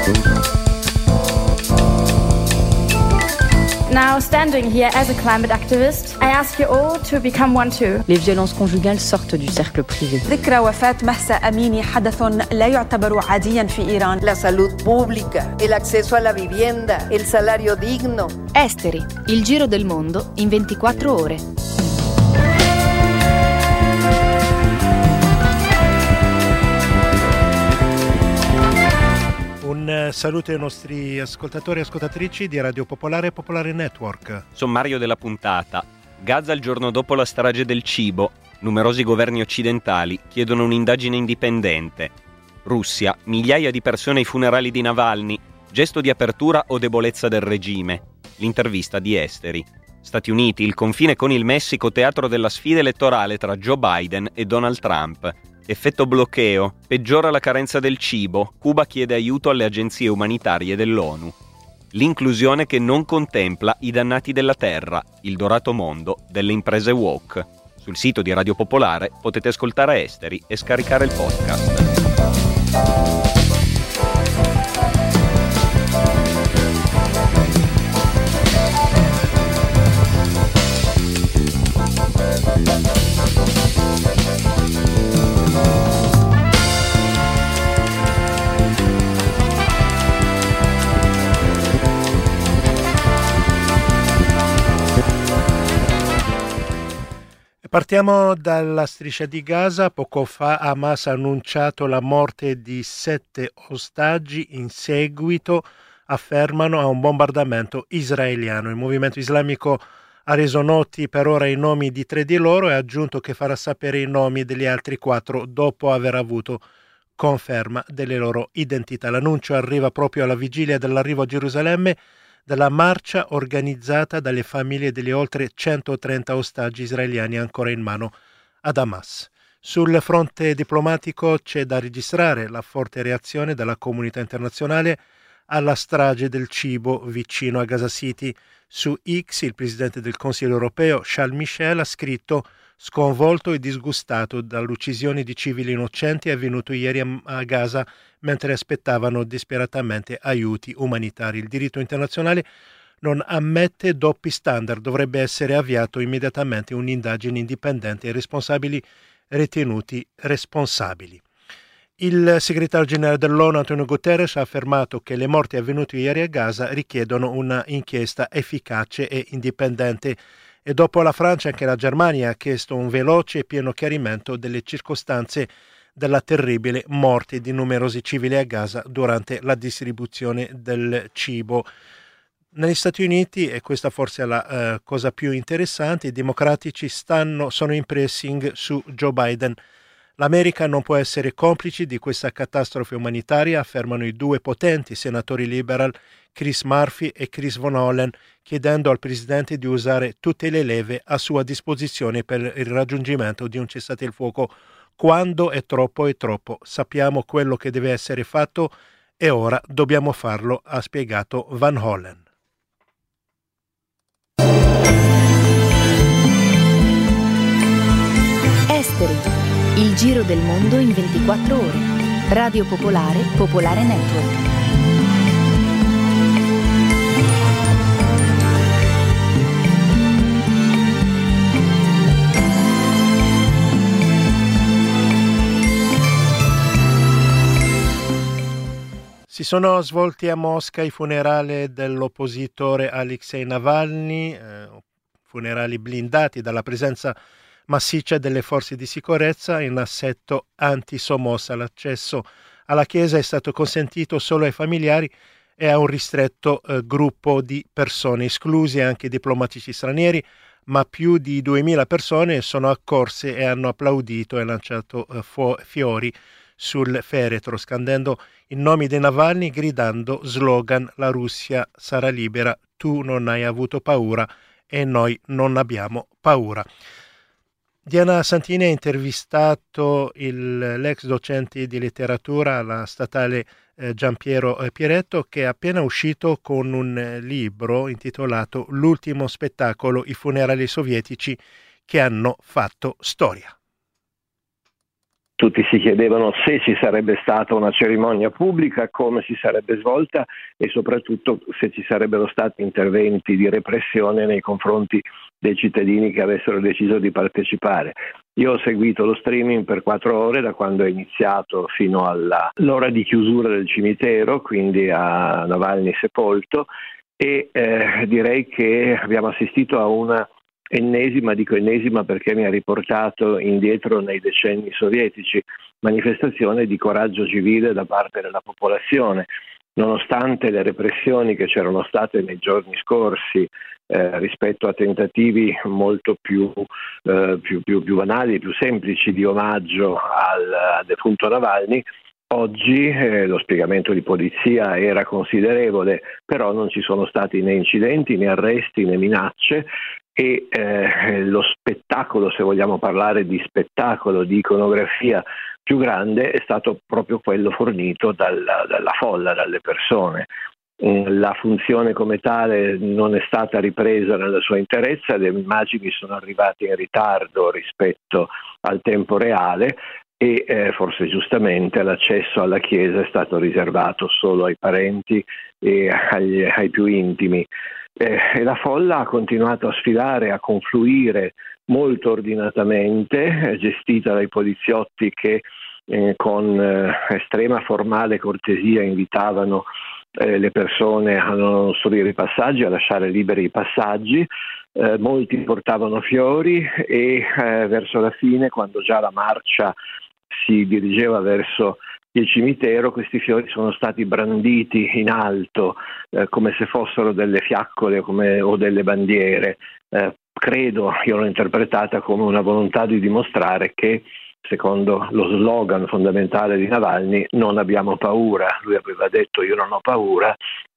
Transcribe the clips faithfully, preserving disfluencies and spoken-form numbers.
Now, standing here as a climate activist, I ask you all to become one too. Les violences conjugales sortent du cercle privé. ذكرى وفاة مهسا أميني حدث لا يعتبر عاديا في إيران. La salud pública, el acceso a la vivienda, el salario digno. Esteri, il giro del mondo in ventiquattro ore. Un saluto ai nostri ascoltatori e ascoltatrici di Radio Popolare e Popolare Network. Sommario della puntata. Gaza il giorno dopo la strage del cibo. Numerosi governi occidentali chiedono un'indagine indipendente. Russia, migliaia di persone ai funerali di Navalny. Gesto di apertura o debolezza del regime. L'intervista di Esteri. Stati Uniti, il confine con il Messico, teatro della sfida elettorale tra Joe Biden e Donald Trump. Effetto bloqueo, peggiora la carenza del cibo, Cuba chiede aiuto alle agenzie umanitarie dell'ONU. L'inclusione che non contempla i dannati della terra, il dorato mondo delle imprese woke. Sul sito di Radio Popolare potete ascoltare Esteri e scaricare il podcast. Partiamo dalla striscia di Gaza. Poco fa Hamas ha annunciato la morte di sette ostaggi in seguito, affermano, a un bombardamento israeliano. Il movimento islamico ha reso noti per ora i nomi di tre di loro e ha aggiunto che farà sapere i nomi degli altri quattro dopo aver avuto conferma delle loro identità. L'annuncio arriva proprio alla vigilia dell'arrivo a Gerusalemme della marcia organizzata dalle famiglie degli oltre centotrenta ostaggi israeliani ancora in mano ad Hamas. Sul fronte diplomatico c'è da registrare la forte reazione della comunità internazionale alla strage del cibo vicino a Gaza City. Su X il presidente del Consiglio europeo Charles Michel ha scritto: sconvolto e disgustato dall'uccisione di civili innocenti avvenuto ieri a Gaza mentre aspettavano disperatamente aiuti umanitari. Il diritto internazionale non ammette doppi standard, dovrebbe essere avviato immediatamente un'indagine indipendente e i responsabili ritenuti responsabili. Il segretario generale dell'ONU Antonio Guterres ha affermato che le morti avvenute ieri a Gaza richiedono una inchiesta efficace e indipendente. E dopo la Francia anche la Germania ha chiesto un veloce e pieno chiarimento delle circostanze della terribile morte di numerosi civili a Gaza durante la distribuzione del cibo. Negli Stati Uniti, e questa forse è la uh, cosa più interessante, i democratici stanno, sono in pressing su Joe Biden. L'America non può essere complice di questa catastrofe umanitaria, affermano i due potenti senatori liberal Chris Murphy e Chris Van Hollen, chiedendo al presidente di usare tutte le leve a sua disposizione per il raggiungimento di un cessate il fuoco. Quando è troppo è troppo. Sappiamo quello che deve essere fatto e ora dobbiamo farlo, ha spiegato Van Hollen. Esteri, il giro del mondo in ventiquattro ore. Radio Popolare, Popolare Network. Si sono svolti a Mosca i funerali dell'oppositore Alexei Navalny, eh, funerali blindati dalla presenza massiccia delle forze di sicurezza in assetto anti-sommossa. L'accesso alla chiesa è stato consentito solo ai familiari e a un ristretto eh, gruppo di persone, esclusi anche diplomatici stranieri, ma più di duemila persone sono accorse e hanno applaudito e lanciato eh, fu- fiori sul feretro, scandendo i nomi dei Navalny, gridando slogan: la Russia sarà libera, tu non hai avuto paura e noi non abbiamo paura. Diana Santini ha intervistato il, l'ex docente di letteratura alla statale eh, Giampiero eh, Pieretto, che è appena uscito con un eh, libro intitolato L'ultimo spettacolo, i funerali sovietici che hanno fatto storia. Tutti si chiedevano se ci sarebbe stata una cerimonia pubblica, come si sarebbe svolta e soprattutto se ci sarebbero stati interventi di repressione nei confronti dei cittadini che avessero deciso di partecipare. Io ho seguito lo streaming per quattro ore da quando è iniziato fino all'ora di chiusura del cimitero, quindi a Navalny sepolto, e eh, direi che abbiamo assistito a una ennesima, dico ennesima perché mi ha riportato indietro nei decenni sovietici, manifestazione di coraggio civile da parte della popolazione. Nonostante le repressioni che c'erano state nei giorni scorsi eh, rispetto a tentativi molto più, eh, più, più, più banali, più semplici di omaggio al, al defunto Navalny, oggi eh, lo spiegamento di polizia era considerevole, però non ci sono stati né incidenti, né arresti, né minacce. E eh, lo spettacolo, se vogliamo parlare di spettacolo, di iconografia più grande, è stato proprio quello fornito dalla, dalla folla, dalle persone. La funzione come tale non è stata ripresa nella sua interezza, le immagini sono arrivate in ritardo rispetto al tempo reale e eh, forse giustamente l'accesso alla chiesa è stato riservato solo ai parenti e agli, ai più intimi. E la folla ha continuato a sfilare, a confluire molto ordinatamente, gestita dai poliziotti che eh, con eh, estrema formale cortesia invitavano eh, le persone a non ostruire i passaggi, a lasciare liberi i passaggi. Eh, molti portavano fiori e eh, verso la fine, quando già la marcia si dirigeva verso il cimitero, questi fiori sono stati branditi in alto eh, come se fossero delle fiaccole come, o delle bandiere. Eh, credo, io l'ho interpretata come una volontà di dimostrare che, secondo lo slogan fondamentale di Navalny, non abbiamo paura. Lui aveva detto: io non ho paura,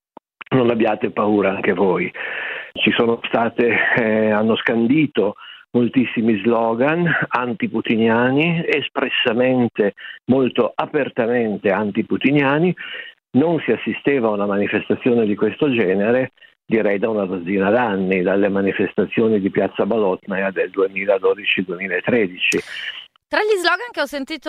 non abbiate paura anche voi. Ci sono state, eh, hanno scandito moltissimi slogan antiputiniani, espressamente, molto apertamente antiputiniani. Non si assisteva a una manifestazione di questo genere, direi, da una dozzina d'anni, dalle manifestazioni di Piazza Bolotnaia del duemiladodici duemilatredici. Tra gli slogan che ho sentito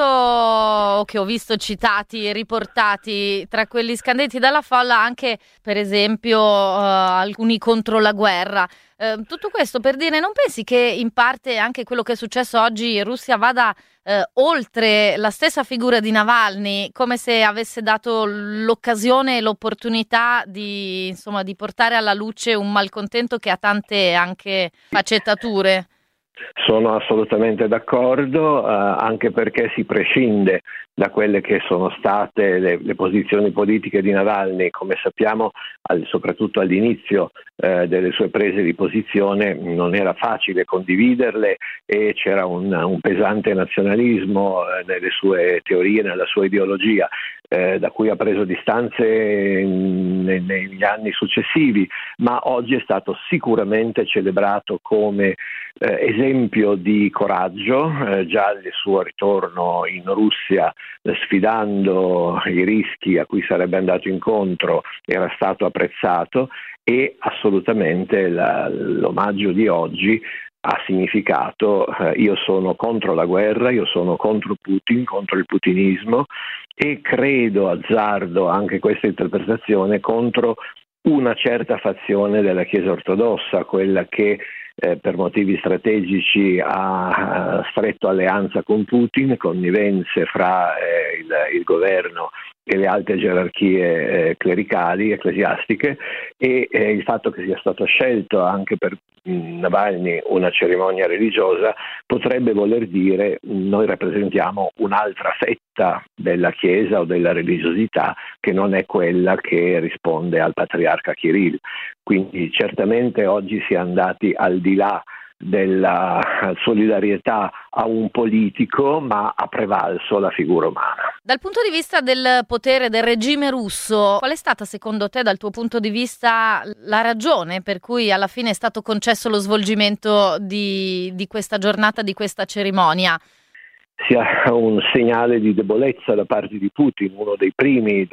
o che ho visto citati e riportati, tra quelli scandenti dalla folla, anche per esempio uh, alcuni contro la guerra. Uh, tutto questo per dire, non pensi che in parte anche quello che è successo oggi in Russia vada uh, oltre la stessa figura di Navalny, come se avesse dato l'occasione e l'opportunità di, insomma, di portare alla luce un malcontento che ha tante anche sfaccettature? Sono assolutamente d'accordo, eh, anche perché si prescinde da quelle che sono state le, le posizioni politiche di Navalny. Come sappiamo, al, soprattutto all'inizio eh, delle sue prese di posizione non era facile condividerle e c'era un, un pesante nazionalismo eh, nelle sue teorie, nella sua ideologia, eh, da cui ha preso distanze in, in, negli anni successivi, ma oggi è stato sicuramente celebrato come eh, esempio di coraggio. Eh, già il suo ritorno in Russia, eh, sfidando i rischi a cui sarebbe andato incontro, era stato apprezzato, e assolutamente la, l'omaggio di oggi ha significato eh, io sono contro la guerra, io sono contro Putin, contro il putinismo, e credo, azzardo anche questa interpretazione, contro una certa fazione della Chiesa ortodossa, quella che eh, per motivi strategici ha, ha stretto alleanza con Putin, connivenze fra eh, il, il governo e le alte gerarchie eh, clericali, ecclesiastiche, e eh, il fatto che sia stato scelto anche per mh, Navalny una cerimonia religiosa potrebbe voler dire noi rappresentiamo un'altra fetta della Chiesa o della religiosità che non è quella che risponde al patriarca Kirill. Quindi certamente oggi si è andati al di là della solidarietà a un politico, ma ha prevalso la figura umana. Dal punto di vista del potere del regime russo, qual è stata secondo te, dal tuo punto di vista, la ragione per cui alla fine è stato concesso lo svolgimento di, di questa giornata, di questa cerimonia? Sia un segnale di debolezza da parte di Putin, uno dei primi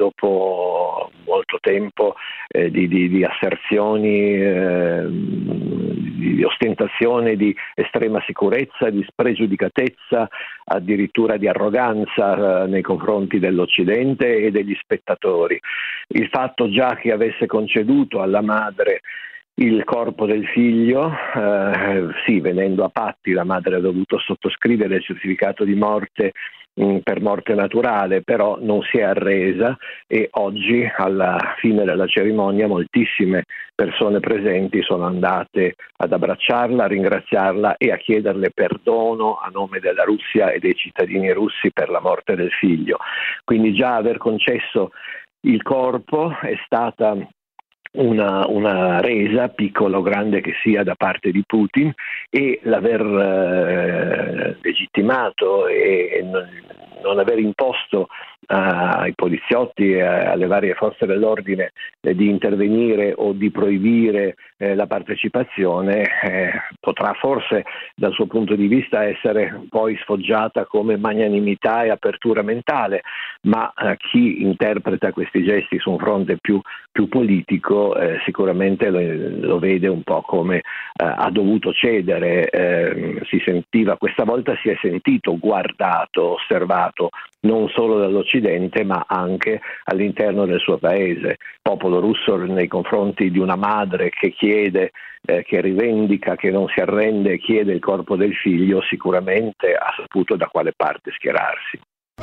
dopo molto tempo eh, di, di, di asserzioni eh, di ostentazione di estrema sicurezza, di spregiudicatezza, addirittura di arroganza eh, nei confronti dell'Occidente e degli spettatori. Il fatto già che avesse conceduto alla madre il corpo del figlio, eh, sì, venendo a patti la madre ha dovuto sottoscrivere il certificato di morte mh, per morte naturale, però non si è arresa e oggi alla fine della cerimonia moltissime persone presenti sono andate ad abbracciarla, a ringraziarla e a chiederle perdono a nome della Russia e dei cittadini russi per la morte del figlio. Quindi già aver concesso il corpo è stata Una, una resa, piccola o grande che sia, da parte di Putin, e l'aver eh, legittimato e non, non aver imposto ai poliziotti e alle varie forze dell'ordine eh, di intervenire o di proibire eh, la partecipazione eh, potrà forse dal suo punto di vista essere poi sfoggiata come magnanimità e apertura mentale, ma eh, chi interpreta questi gesti su un fronte più, più politico eh, sicuramente lo, lo vede un po' come eh, ha dovuto cedere, eh, si sentiva, questa volta si è sentito guardato, osservato non solo dall'Occidente ma anche all'interno del suo paese. Il popolo russo nei confronti di una madre che chiede, eh, che rivendica, che non si arrende, chiede il corpo del figlio, sicuramente ha saputo da quale parte schierarsi.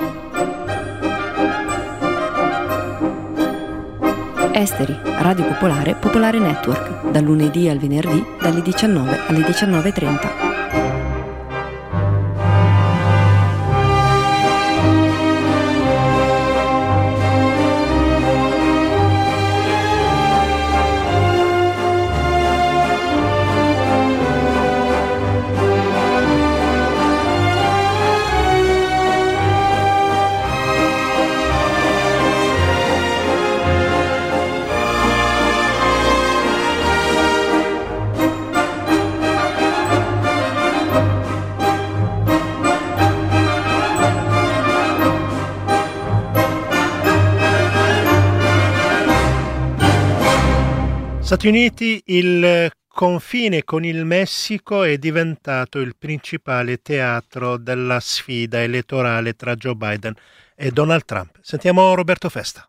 Esteri, Radio Popolare, Popolare Network, dal lunedì al venerdì, dalle diciannove alle diciannove e trenta. Stati Uniti, il confine con il Messico è diventato il principale teatro della sfida elettorale tra Joe Biden e Donald Trump. Sentiamo Roberto Festa.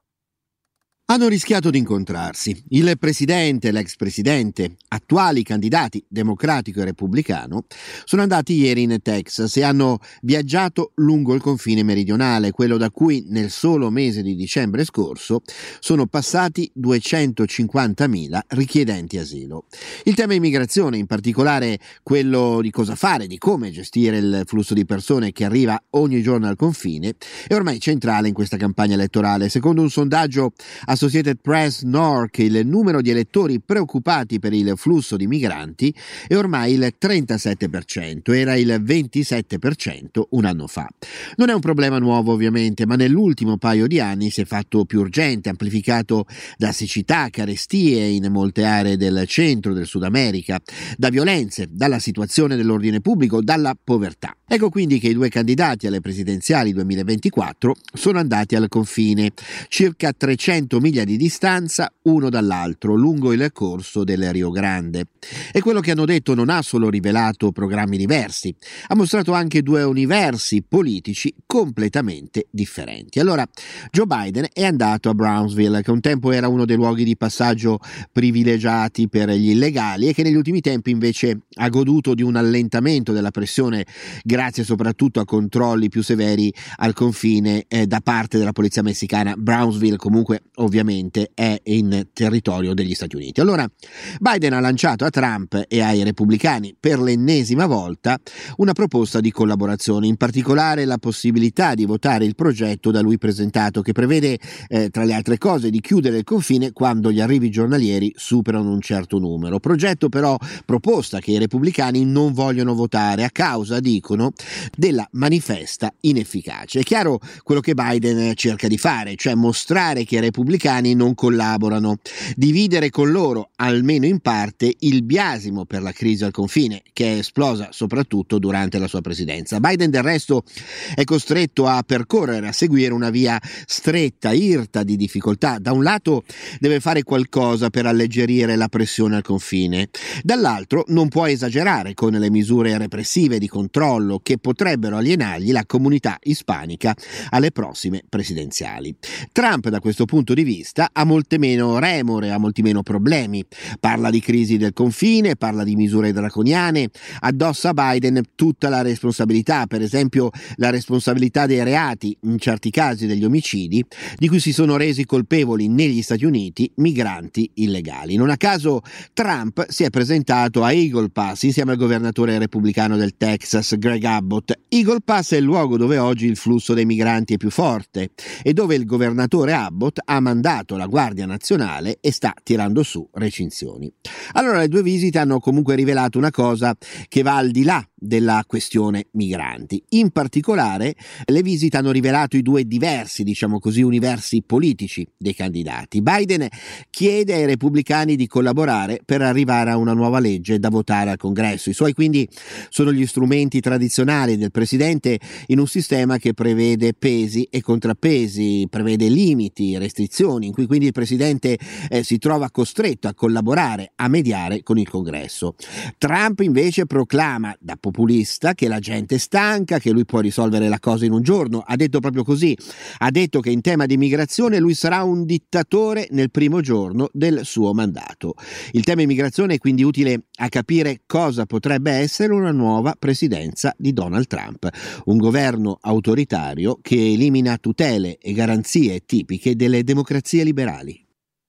Hanno rischiato di incontrarsi. Il presidente e l'ex presidente, attuali candidati democratico e repubblicano, sono andati ieri in Texas e hanno viaggiato lungo il confine meridionale, quello da cui nel solo mese di dicembre scorso sono passati duecentocinquantamila richiedenti asilo. Il tema immigrazione, in particolare quello di cosa fare, di come gestire il flusso di persone che arriva ogni giorno al confine, è ormai centrale in questa campagna elettorale. Secondo un sondaggio Associated Press N O R C, il numero di elettori preoccupati per il flusso di migranti è ormai il trentasette per cento, era il ventisette per cento un anno fa. Non è un problema nuovo ovviamente, ma nell'ultimo paio di anni si è fatto più urgente, amplificato da siccità, carestie in molte aree del centro del Sud America, da violenze, dalla situazione dell'ordine pubblico, dalla povertà. Ecco quindi che i due candidati alle presidenziali duemilaventiquattro sono andati al confine, circa trecento miglia di distanza uno dall'altro lungo il corso del Rio Grande. E quello che hanno detto non ha solo rivelato programmi diversi, ha mostrato anche due universi politici completamente differenti. Allora, Joe Biden è andato a Brownsville, che un tempo era uno dei luoghi di passaggio privilegiati per gli illegali e che negli ultimi tempi invece ha goduto di un allentamento della pressione grazie soprattutto a controlli più severi al confine eh, da parte della polizia messicana. Brownsville comunque ovviamente è in territorio degli Stati Uniti. Allora Biden ha lanciato a Trump e ai repubblicani per l'ennesima volta una proposta di collaborazione, in particolare la possibilità di votare il progetto da lui presentato che prevede eh, tra le altre cose di chiudere il confine quando gli arrivi giornalieri superano un certo numero. Progetto però, proposta che i repubblicani non vogliono votare a causa, dicono, della manifesta inefficacia. È chiaro quello che Biden cerca di fare, cioè mostrare che i repubblicani repubblicani non collaborano. Dividere con loro, almeno in parte, il biasimo per la crisi al confine, che è esplosa soprattutto durante la sua presidenza. Biden, del resto, è costretto a percorrere, a seguire una via stretta, irta di difficoltà. Da un lato deve fare qualcosa per alleggerire la pressione al confine, dall'altro non può esagerare con le misure repressive di controllo che potrebbero alienargli la comunità ispanica alle prossime presidenziali. Trump, da questo punto di vista, ha molte meno remore, ha molti meno problemi. Parla di crisi del confine, parla di misure draconiane, addossa a Biden tutta la responsabilità, per esempio la responsabilità dei reati, in certi casi degli omicidi, di cui si sono resi colpevoli negli Stati Uniti migranti illegali. Non a caso Trump si è presentato a Eagle Pass insieme al governatore repubblicano del Texas, Greg Abbott. Eagle Pass è il luogo dove oggi il flusso dei migranti è più forte e dove il governatore Abbott ha mandato la Guardia Nazionale e sta tirando su recinzioni. Allora, le due visite hanno comunque rivelato una cosa che va al di là della questione migranti. In particolare, le visite hanno rivelato i due diversi, diciamo così, universi politici dei candidati. Biden chiede ai repubblicani di collaborare per arrivare a una nuova legge da votare al Congresso. I suoi quindi sono gli strumenti tradizionali del presidente in un sistema che prevede pesi e contrappesi, prevede limiti, restrizioni, in cui quindi il presidente eh, si trova costretto a collaborare, a mediare con il Congresso. Trump invece proclama da populista che la gente è stanca, che lui può risolvere la cosa in un giorno. Ha detto proprio così, ha detto che in tema di immigrazione lui sarà un dittatore nel primo giorno del suo mandato. Il tema immigrazione è quindi utile a capire cosa potrebbe essere una nuova presidenza di Donald Trump, un governo autoritario che elimina tutele e garanzie tipiche delle democrazie liberali.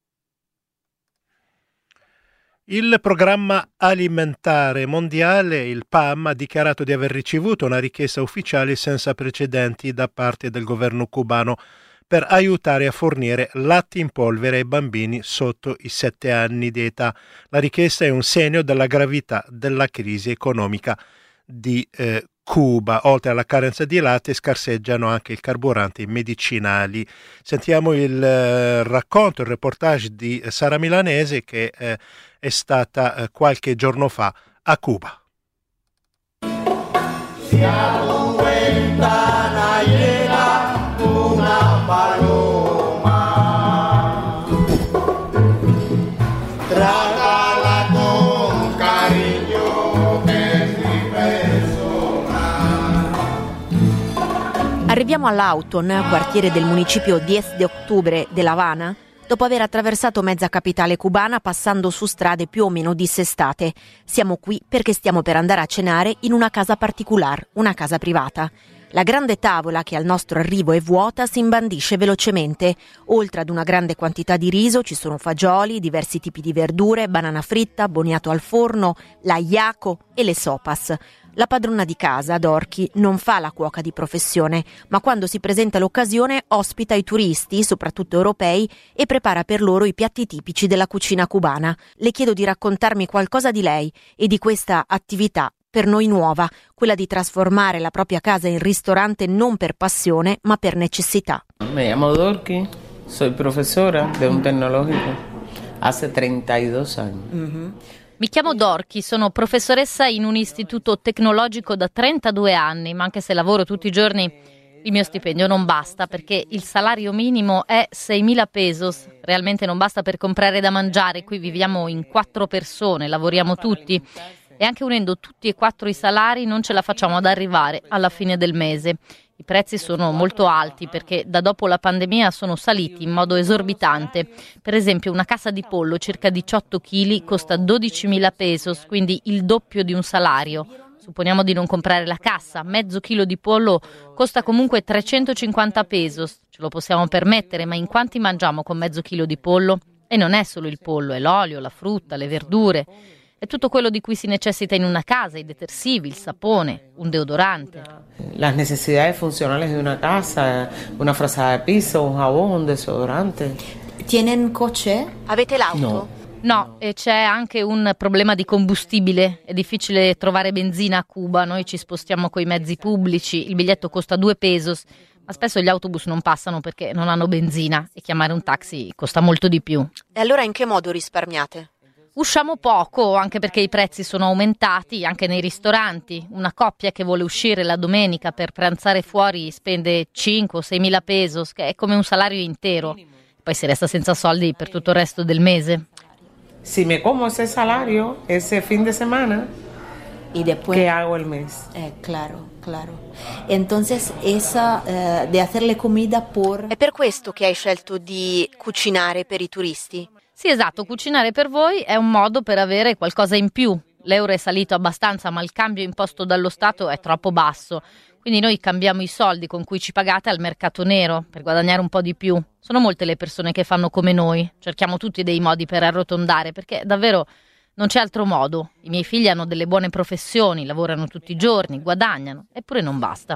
Il programma alimentare mondiale, il P A M, ha dichiarato di aver ricevuto una richiesta ufficiale senza precedenti da parte del governo cubano per aiutare a fornire latte in polvere ai bambini sotto i sette anni di età. La richiesta è un segno della gravità della crisi economica di eh, Cuba. Oltre alla carenza di latte, scarseggiano anche i carburanti medicinali. Sentiamo il eh, racconto, il reportage di Sara Milanese, che eh, è stata eh, qualche giorno fa a Cuba. Siamo ventana llena, una paloma. Trátala con cariño che si persona. Arriviamo all'Auton, quartiere del municipio diez de Octubre della Habana, dopo aver attraversato mezza capitale cubana passando su strade più o meno dissestate. Siamo qui perché stiamo per andare a cenare in una casa particolare, una casa privata. La grande tavola, che al nostro arrivo è vuota, si imbandisce velocemente. Oltre ad una grande quantità di riso ci sono fagioli, diversi tipi di verdure, banana fritta, boniato al forno, l'agliaco e le sopas. La padrona di casa, Dorky, non fa la cuoca di professione, ma quando si presenta l'occasione ospita i turisti, soprattutto europei, e prepara per loro i piatti tipici della cucina cubana. Le chiedo di raccontarmi qualcosa di lei e di questa attività per noi nuova, quella di trasformare la propria casa in ristorante non per passione, ma per necessità. Me llamo Dorky, soy profesora de un tecnológico hace trentadue anni. Mm-hmm. Mi chiamo Dorky, sono professoressa in un istituto tecnologico da trentadue anni, ma anche se lavoro tutti i giorni il mio stipendio non basta, perché il salario minimo è seimila pesos, realmente non basta per comprare da mangiare. Qui viviamo in quattro persone, lavoriamo tutti e anche unendo tutti e quattro i salari non ce la facciamo ad arrivare alla fine del mese. I prezzi sono molto alti perché da dopo la pandemia sono saliti in modo esorbitante. Per esempio una cassa di pollo circa diciotto chili costa dodicimila pesos, quindi il doppio di un salario. Supponiamo di non comprare la cassa, mezzo chilo di pollo costa comunque trecentocinquanta pesos. Ce lo possiamo permettere, ma in quanti mangiamo con mezzo chilo di pollo? E non è solo il pollo, è l'olio, la frutta, le verdure. È tutto quello di cui si necessita in una casa, i detersivi, il sapone, un deodorante. Las necesidades funcionales de una casa, una frazada de piso, un jabón, un desodorante. Tienen coche? Avete l'auto? No. No, e c'è anche un problema di combustibile. È difficile trovare benzina a Cuba, noi ci spostiamo coi mezzi pubblici, il biglietto costa due pesos, ma spesso gli autobus non passano perché non hanno benzina e chiamare un taxi costa molto di più. E allora in che modo risparmiate? Usciamo poco, anche perché i prezzi sono aumentati, anche nei ristoranti. Una coppia che vuole uscire la domenica per pranzare fuori spende cinque o sei mila pesos, che è come un salario intero. Poi si resta senza soldi per tutto il resto del mese. Si me como ese salario, ese fin de semana, y después, ¿qué hago el mes? Eh, claro, claro. Entonces, esa eh, de hacerle comida por... È per questo che hai scelto di cucinare per i turisti? Sì, esatto, cucinare per voi è un modo per avere qualcosa in più. L'euro è salito abbastanza, ma il cambio imposto dallo Stato è troppo basso. Quindi noi cambiamo i soldi con cui ci pagate al mercato nero per guadagnare un po' di più. Sono molte le persone che fanno come noi. Cerchiamo tutti dei modi per arrotondare, perché davvero non c'è altro modo. I miei figli hanno delle buone professioni, lavorano tutti i giorni, guadagnano, eppure non basta.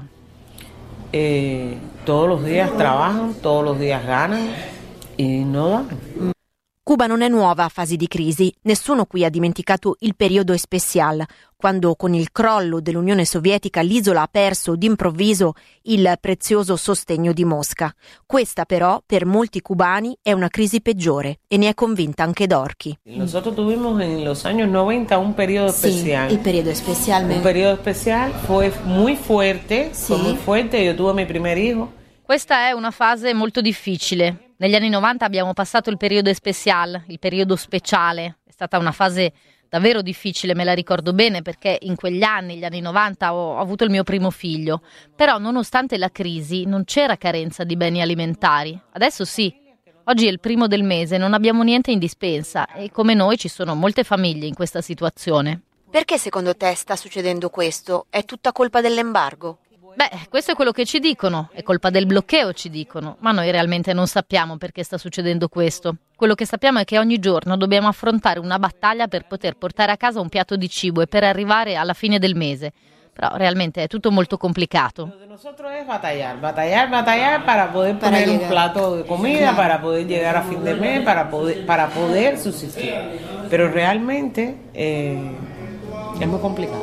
Eh, todos los días trabajan, todos los días ganan y no dan. Cuba non è nuova a fasi di crisi, nessuno qui ha dimenticato il periodo especial, quando con il crollo dell'Unione Sovietica l'isola ha perso d'improvviso il prezioso sostegno di Mosca. Questa però per molti cubani è una crisi peggiore e ne è convinta anche Dorchi. Nosotros tuvimos en los años noventa un periodo Sí, especial. el periodo especial. Un periodo especial fue muy fuerte, Sí. fue muy fuerte, yo tuve mi primer hijo. Questa è una fase molto difficile. Negli anni novanta abbiamo passato il periodo especial, il periodo speciale. È stata una fase davvero difficile, me la ricordo bene, perché in quegli anni, gli anni novanta, ho avuto il mio primo figlio. Però nonostante la crisi non c'era carenza di beni alimentari. Adesso sì. Oggi è il primo del mese, non abbiamo niente in dispensa e come noi ci sono molte famiglie in questa situazione. Perché secondo te sta succedendo questo? È tutta colpa dell'embargo? Beh, questo è quello che ci dicono, è colpa del bloccheo ci dicono, ma noi realmente non sappiamo perché sta succedendo questo. Quello che sappiamo è che ogni giorno dobbiamo affrontare una battaglia per poter portare a casa un piatto di cibo e per arrivare alla fine del mese. Però realmente è tutto molto complicato. Nosotros es batallar, batallar, batallar para poder Para poner un llegar. plato de comida, Claro. para poder llegar a fin de mes, para poder, para poder subsistir. Pero realmente eh, es muy complicado.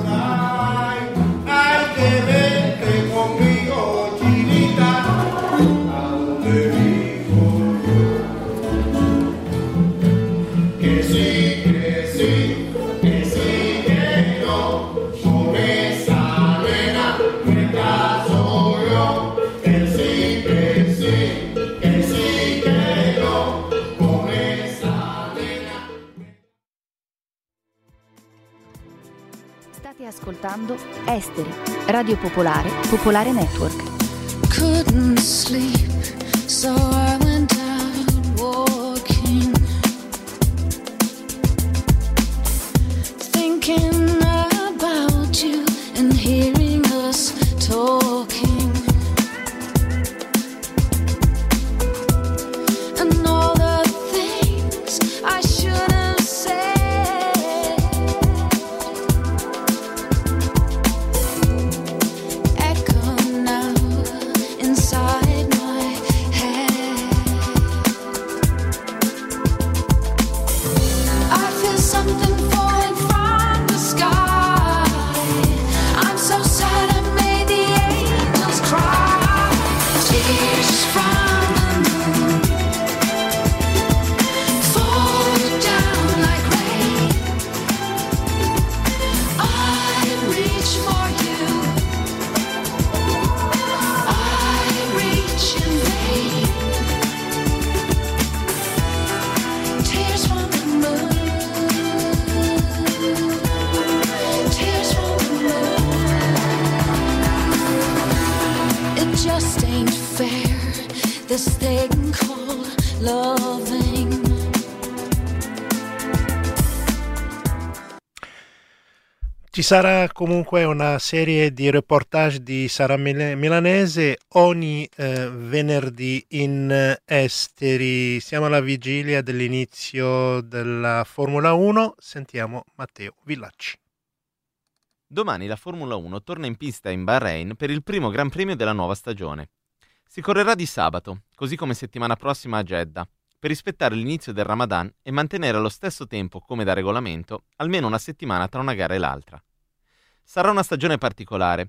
Hay que verte conmigo, chinita, a donde vivo yo. Que sí, que sí, que sí, que no, con esa nena me caso yo. Que sí, que sí, que sí, que no, con esa nena. State ascoltando Esteri, Radio Popolare, Popolare Network. Couldn't sleep, so I went out walking, thinking about you and hearing us talking, and all the things I should have said echo now inside my head. I feel something falling from the sky. I'm so sad I made the angels cry. Tears from the moon fall down like rain. I reach for you, I reach in vain. Tears from the moon, tears from the moon. It just ain't fair, this thing called loving. Ci sarà comunque una serie di reportage di Sara Mil- Milanese ogni eh, venerdì in eh, Esteri. Siamo alla vigilia dell'inizio della Formula uno. Sentiamo Matteo Villacci. Domani la Formula uno torna in pista in Bahrain per il primo Gran Premio della nuova stagione. Si correrà di sabato, così come settimana prossima a Jeddah, per rispettare l'inizio del Ramadan e mantenere allo stesso tempo, come da regolamento, almeno una settimana tra una gara e l'altra. Sarà una stagione particolare, che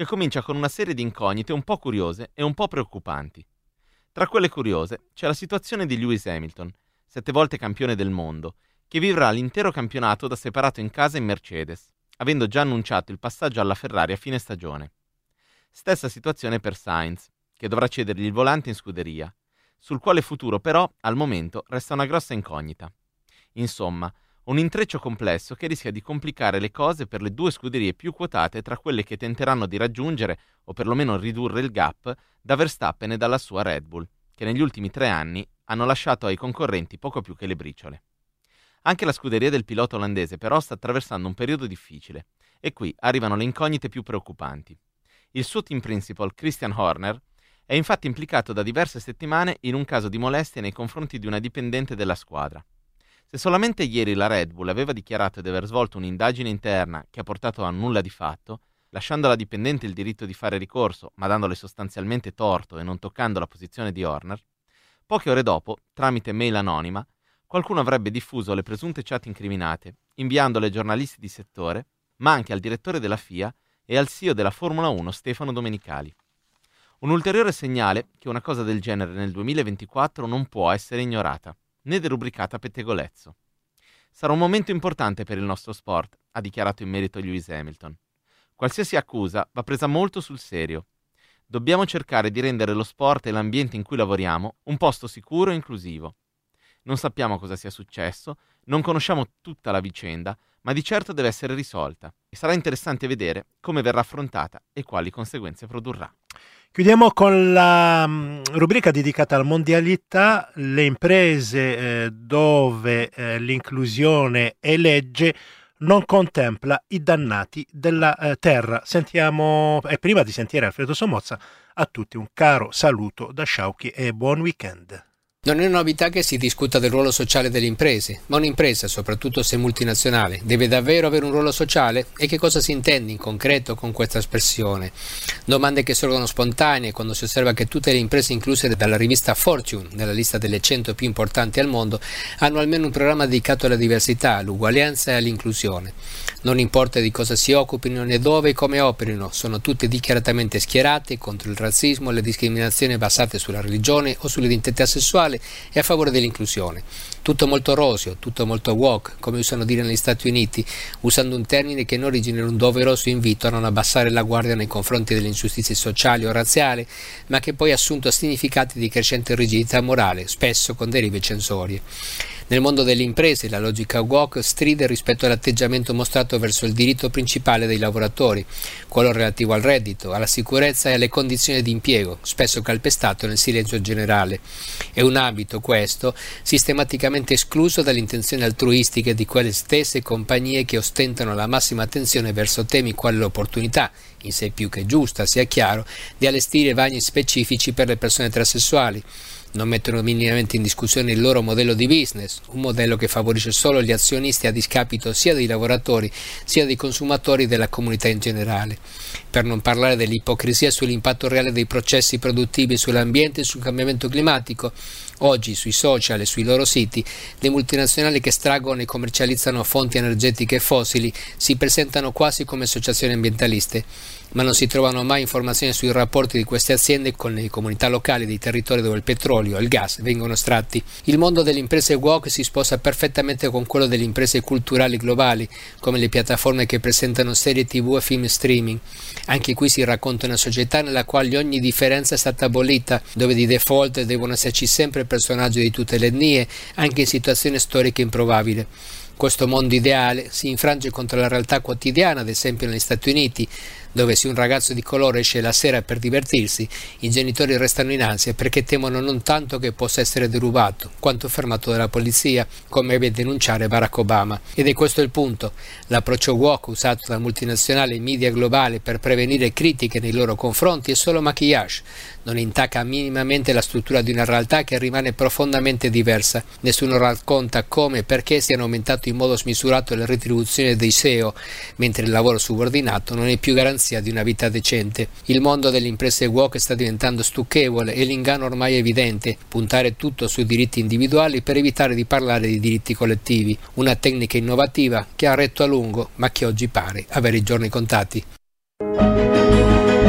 che comincia con una serie di incognite un po' curiose e un po' preoccupanti. Tra quelle curiose c'è la situazione di Lewis Hamilton, sette volte campione del mondo, che vivrà l'intero campionato da separato in casa in Mercedes, avendo già annunciato il passaggio alla Ferrari a fine stagione. Stessa situazione per Sainz, che dovrà cedergli il volante in scuderia, sul quale futuro però, al momento, resta una grossa incognita. Insomma, un intreccio complesso che rischia di complicare le cose per le due scuderie più quotate tra quelle che tenteranno di raggiungere, o perlomeno ridurre il gap, da Verstappen e dalla sua Red Bull, che negli ultimi tre anni hanno lasciato ai concorrenti poco più che le briciole. Anche la scuderia del pilota olandese però sta attraversando un periodo difficile, e qui arrivano le incognite più preoccupanti. Il suo team principal, Christian Horner, è infatti implicato da diverse settimane in un caso di molestie nei confronti di una dipendente della squadra. Se solamente ieri la Red Bull aveva dichiarato di aver svolto un'indagine interna che ha portato a nulla di fatto, lasciando alla dipendente il diritto di fare ricorso, ma dandole sostanzialmente torto e non toccando la posizione di Horner, poche ore dopo, tramite mail anonima, qualcuno avrebbe diffuso le presunte chat incriminate, inviandole ai giornalisti di settore, ma anche al direttore della F I A e al C E O della Formula uno Stefano Domenicali. Un ulteriore segnale che una cosa del genere nel duemilaventiquattro non può essere ignorata, né derubricata a pettegolezzo. Sarà un momento importante per il nostro sport, ha dichiarato in merito Lewis Hamilton. Qualsiasi accusa va presa molto sul serio. Dobbiamo cercare di rendere lo sport e l'ambiente in cui lavoriamo un posto sicuro e inclusivo. Non sappiamo cosa sia successo, non conosciamo tutta la vicenda, ma di certo deve essere risolta e sarà interessante vedere come verrà affrontata e quali conseguenze produrrà. Chiudiamo con la um, rubrica dedicata alla mondialità, le imprese eh, dove eh, l'inclusione è legge non contempla i dannati della eh, terra. Sentiamo, e prima di sentire Alfredo Somozza, a tutti un caro saluto da Sciauchi e buon weekend. Non è una novità che si discuta del ruolo sociale delle imprese, ma un'impresa, soprattutto se multinazionale, deve davvero avere un ruolo sociale? E che cosa si intende in concreto con questa espressione? Domande che sorgono spontanee quando si osserva che tutte le imprese incluse dalla rivista Fortune, nella lista delle cento più importanti al mondo, hanno almeno un programma dedicato alla diversità, all'uguaglianza e all'inclusione. Non importa di cosa si occupino né dove e come operino, sono tutte dichiaratamente schierate contro il razzismo e le discriminazioni basate sulla religione o sull'identità sessuale e a favore dell'inclusione. Tutto molto roseo, tutto molto woke, come usano dire negli Stati Uniti, usando un termine che in origine era un doveroso invito a non abbassare la guardia nei confronti delle ingiustizie sociali o razziali, ma che poi ha assunto significati di crescente rigidità morale, spesso con derive censorie. Nel mondo delle imprese la logica woke stride rispetto all'atteggiamento mostrato verso il diritto principale dei lavoratori, quello relativo al reddito, alla sicurezza e alle condizioni di impiego, spesso calpestato nel silenzio generale. È un abito, questo, sistematicamente escluso dalle intenzioni altruistiche di quelle stesse compagnie che ostentano la massima attenzione verso temi quali l'opportunità, in sé più che giusta, sia chiaro, di allestire bagni specifici per le persone transessuali. Non mettono minimamente in discussione il loro modello di business, un modello che favorisce solo gli azionisti a discapito sia dei lavoratori sia dei consumatori e della comunità in generale. Per non parlare dell'ipocrisia sull'impatto reale dei processi produttivi sull'ambiente e sul cambiamento climatico. Oggi sui social e sui loro siti le multinazionali che estraggono e commercializzano fonti energetiche fossili si presentano quasi come associazioni ambientaliste, ma non si trovano mai informazioni sui rapporti di queste aziende con le comunità locali dei territori dove il petrolio e il gas vengono estratti. Il mondo delle imprese woke si sposa perfettamente con quello delle imprese culturali globali, come le piattaforme che presentano serie tv e film streaming. Anche qui si racconta una società nella quale ogni differenza è stata abolita, dove di default devono esserci sempre personaggi di tutte le etnie, anche in situazioni storiche improbabili. Questo mondo ideale si infrange contro la realtà quotidiana, ad esempio negli Stati Uniti, dove se un ragazzo di colore esce la sera per divertirsi, i genitori restano in ansia perché temono non tanto che possa essere derubato, quanto fermato dalla polizia, come ebbe a denunciare Barack Obama. Ed è questo il punto. L'approccio woke usato da multinazionali e media globali per prevenire critiche nei loro confronti è solo maquillage. Non intacca minimamente la struttura di una realtà che rimane profondamente diversa. Nessuno racconta come e perché siano aumentate in modo smisurato le retribuzioni dei S E O, mentre il lavoro subordinato non è più garanzia di una vita decente. Il mondo delle imprese woke sta diventando stucchevole e l'inganno ormai è evidente: puntare tutto sui diritti individuali per evitare di parlare di diritti collettivi. Una tecnica innovativa che ha retto a lungo, ma che oggi pare avere i giorni contati.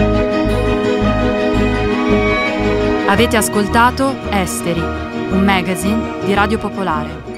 Avete ascoltato Esteri, un magazine di Radio Popolare.